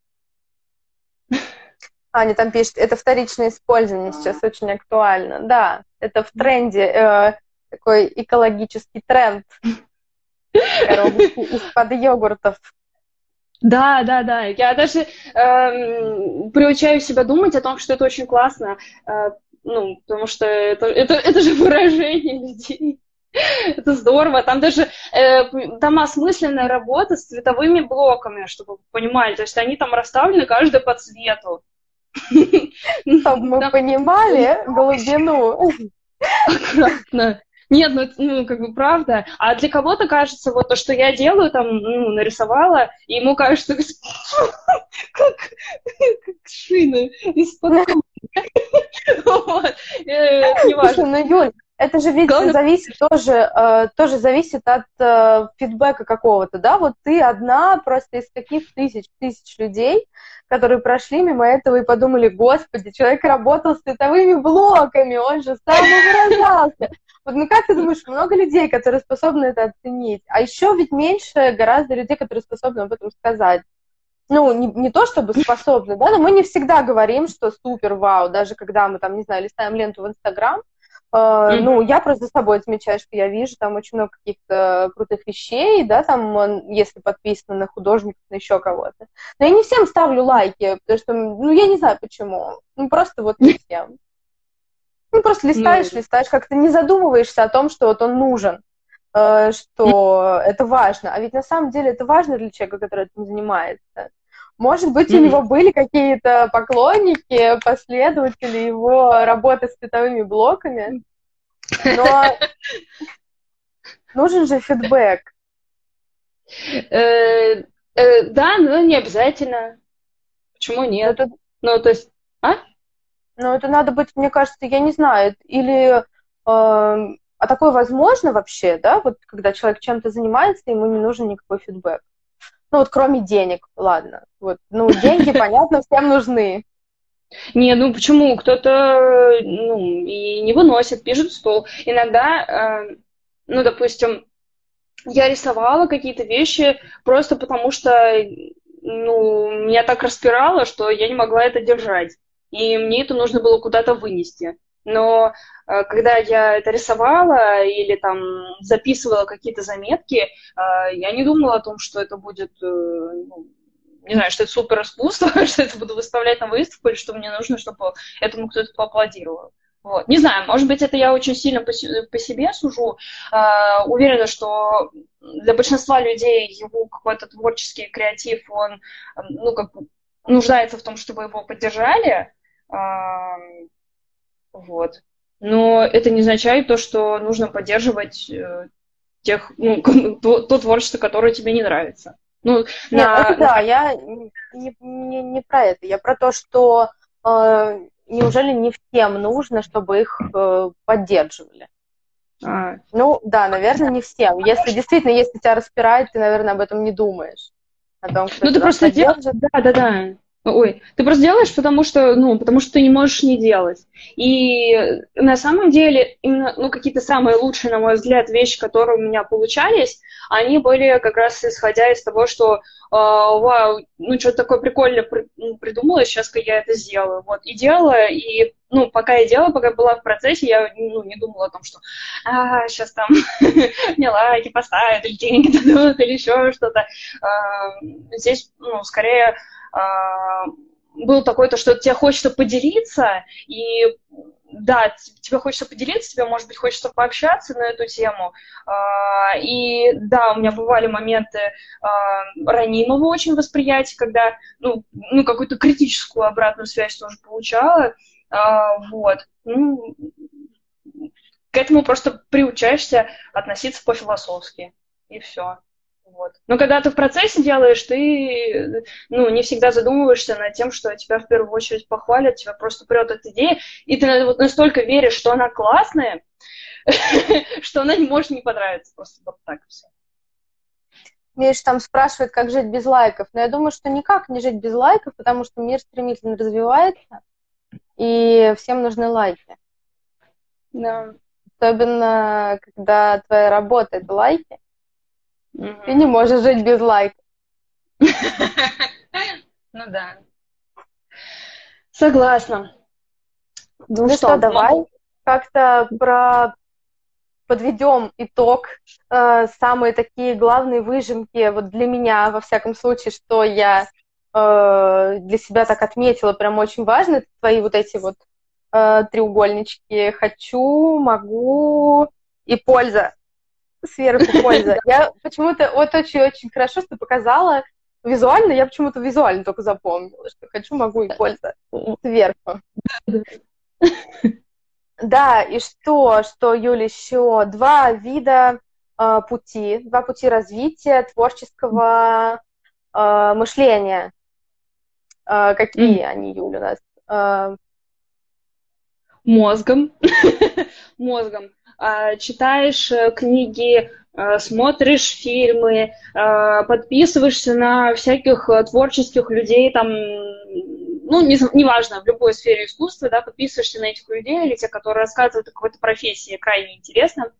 Аня там пишет, это вторичное использование сейчас очень актуально. Да, это в тренде, э, такой экологический тренд. Коробочки из-под йогуртов. Да, да, да. Я даже эм, приучаю себя думать о том, что это очень классно, э, ну, потому что это, это, это же выражение людей. Это здорово. Там даже э, там осмысленная работа с цветовыми блоками, чтобы вы понимали. То есть они там расставлены каждый по цвету. Чтобы мы понимали глубину. Аккуратно. Нет, ну, ну, как бы правда. А для кого-то кажется, вот то, что я делаю, там, ну, нарисовала, и ему кажется, как, как шины из-под вот. Не важно. Ну, Юль, это же ведь Главное... зависит тоже, э, тоже зависит от э, фидбэка какого-то, да? Вот ты одна просто из каких тысяч, тысяч людей, которые прошли мимо этого и подумали, господи, человек работал с цветовыми блоками, он же самовыражался. Вот, ну как ты думаешь, много людей, которые способны это оценить? А еще ведь меньше гораздо людей, которые способны об этом сказать. Ну, не, не то чтобы способны, да, но мы не всегда говорим, что супер, вау, даже когда мы там, не знаю, листаем ленту в Инстаграм, э, mm-hmm. ну, я просто за собой отмечаю, что я вижу там очень много каких-то крутых вещей, да, там, если подписано на художников, на еще кого-то. Но я не всем ставлю лайки, потому что, ну, я не знаю почему, ну, просто вот не всем. Ну, просто листаешь, mm-hmm. листаешь, как-то не задумываешься о том, что вот он нужен, э, что mm-hmm. это важно. А ведь на самом деле это важно для человека, который этим занимается. Может быть, mm-hmm. у него были какие-то поклонники, последователи его работы с цветовыми блоками, но нужен же фидбэк. Да, но не обязательно. Почему нет? Ну, то есть, а? Ну, это надо быть, мне кажется, я не знаю, или... А такое возможно вообще, да? Вот когда человек чем-то занимается, ему не нужен никакой фидбэк. Ну, вот кроме денег, ладно. Вот, ну, деньги, понятно, всем нужны. Не, ну почему? Кто-то ну, и не выносит, пишет в стол. Иногда, э, ну, допустим, я рисовала какие-то вещи просто потому, что ну, меня так распирало, что я не могла это держать. И мне это нужно было куда-то вынести. Но э, когда я это рисовала или там записывала какие-то заметки, э, я не думала о том, что это будет, э, ну, не знаю, что это супер искусство, что это буду выставлять на выставку, или что мне нужно, чтобы этому кто-то поаплодировал. Вот. Не знаю, может быть, это я очень сильно по, по себе сужу. Э, уверена, что для большинства людей его какой-то творческий креатив, он ну, как бы нуждается в том, чтобы его поддержали. Э, Вот. Но это не означает то, что нужно поддерживать э, тех, ну, то, то творчество, которое тебе не нравится. Ну, Нет, на... это да, я не, не, не про это. Я про то, что э, неужели не всем нужно, чтобы их э, поддерживали? А. Ну, да, наверное, не всем. Если действительно, если тебя распирает, ты, наверное, об этом не думаешь. О том, что ну, ты просто делаешь... Да, да, да. Ой, ты просто делаешь, потому что, ну, потому что ты не можешь не делать. И на самом деле, именно, ну, какие-то самые лучшие, на мой взгляд, вещи, которые у меня получались, они были как раз исходя из того, что, э, вау, ну, что-то такое прикольное придумала, сейчас-ка я это сделаю. Вот, и делала, и, ну, пока я делала, пока была в процессе, я, ну, не думала о том, что, а, сейчас там мне лайки поставят, или деньги дадут, или еще что-то. Здесь, ну, скорее... был такой-то, что тебе хочется поделиться, и да, тебе хочется поделиться, тебе, может быть, хочется пообщаться на эту тему. И да, у меня бывали моменты ранимого очень восприятия, когда, ну, ну какую-то критическую обратную связь тоже получала. Вот. Ну, к этому просто приучаешься относиться по-философски, и все. Вот. Но когда ты в процессе делаешь, ты, ну, не всегда задумываешься над тем, что тебя в первую очередь похвалят, тебя просто прет эта идея, и ты вот настолько веришь, что она классная, что она не может не понравиться. Просто вот так все. Миш там спрашивает, как жить без лайков. Но я думаю, что никак не жить без лайков, потому что мир стремительно развивается, и всем нужны лайки. Да. Особенно, когда твоя работа — это лайки. Угу. Ты не можешь жить без лайков. Ну да. Согласна. Ну, ну что, давай как-то про... подведем итог. Э, самые такие главные выжимки, вот для меня, во всяком случае, что я э, для себя так отметила, прям очень важно, это твои вот эти вот э, треугольнички. Хочу, могу и польза. Сверху польза. Я почему-то, вот очень-очень хорошо, что ты показала визуально, я почему-то визуально только запомнила, что хочу, могу и польза сверху. Да, и что, что, Юля, еще два вида э, пути, два пути развития творческого э, мышления. Э, какие mm. они, Юля, у нас? Э... Мозгом. Мозгом. Читаешь книги, смотришь фильмы, подписываешься на всяких творческих людей, там, ну, неважно, не в любой сфере искусства, да, подписываешься на этих людей или те, которые рассказывают о какой-то профессии, крайне интересно.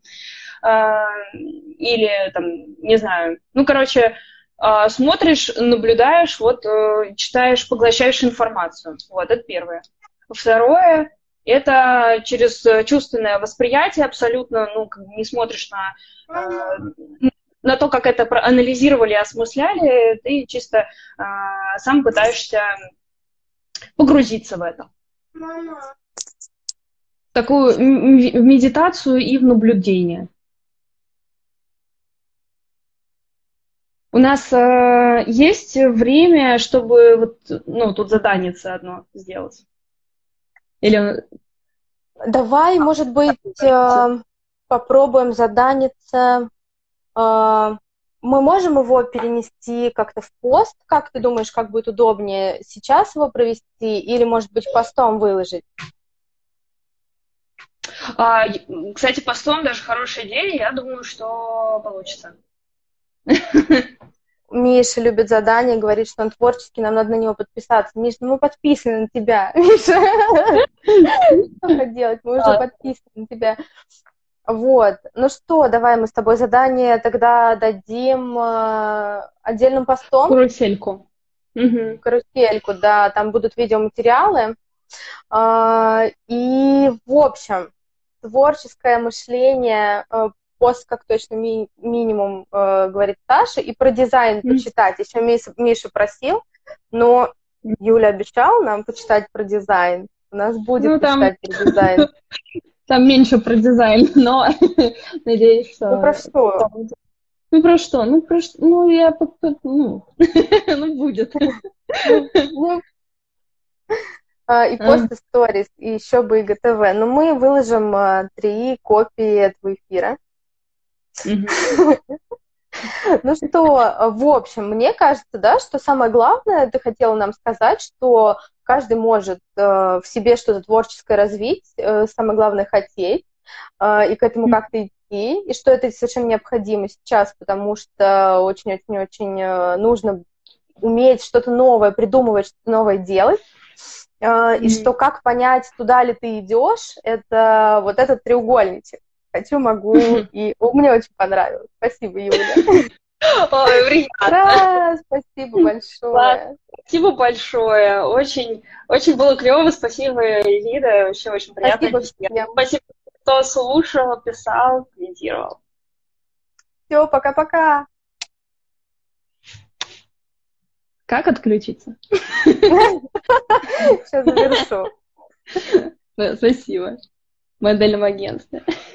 Или, там, не знаю, ну, короче, смотришь, наблюдаешь, вот, читаешь, поглощаешь информацию. Вот, это первое. Второе, это через чувственное восприятие абсолютно, ну, не смотришь на, э, на то, как это проанализировали, осмысляли, ты чисто э, сам пытаешься погрузиться в это. Мама. Такую в медитацию и в наблюдение. У нас э, есть время, чтобы вот, ну, тут задание одно сделать. Или... Давай, может быть, э, попробуем заданиться. Э, мы можем его перенести как-то в пост? Как ты думаешь, как будет удобнее сейчас его провести или, может быть, постом выложить? А, кстати, постом даже хорошая идея. Я думаю, что получится. Миша любит задания, говорит, что он творческий, нам надо на него подписаться. Миша, ну мы подписаны на тебя. Миша, что делать? Мы уже подписаны на тебя. Вот. Ну что, давай мы с тобой задание тогда дадим отдельным постом. Карусельку. Карусельку, да, там будут видеоматериалы. И, в общем, творческое мышление... пост как точно ми- минимум, э, говорит Саша, и про дизайн mm. почитать. Еще Миша, Миша просил, но Юля обещала нам почитать про дизайн. У нас будет ну, там... почитать про дизайн. Там меньше про дизайн, но надеюсь, что... Ну, про что? Ну, про что? Ну, про что? Ну, я... Ну, ну будет. И пост сторис, и еще бы ИГТВ. Но мы выложим три копии этого эфира. Ну что, в общем, мне кажется, да, что самое главное, ты хотела нам сказать, что каждый может э, в себе что-то творческое развить, э, самое главное хотеть, э, и к этому как-то идти, и что это совершенно необходимо сейчас, потому что очень-очень-очень нужно уметь что-то новое придумывать, что-то новое делать, э, mm-hmm. и что как понять, туда ли ты идешь, это вот этот треугольничек. Хочу, могу, и О, мне очень понравилось. Спасибо, Юля. Ой, приятно. Да, спасибо большое. Спасибо большое. Очень, очень было клево. Спасибо, Лида. Вообще очень приятно. Спасибо всем. Спасибо, кто слушал, писал, комментировал. Все, пока-пока. Как отключиться? Сейчас завершу. Да, спасибо. В модельном агентстве.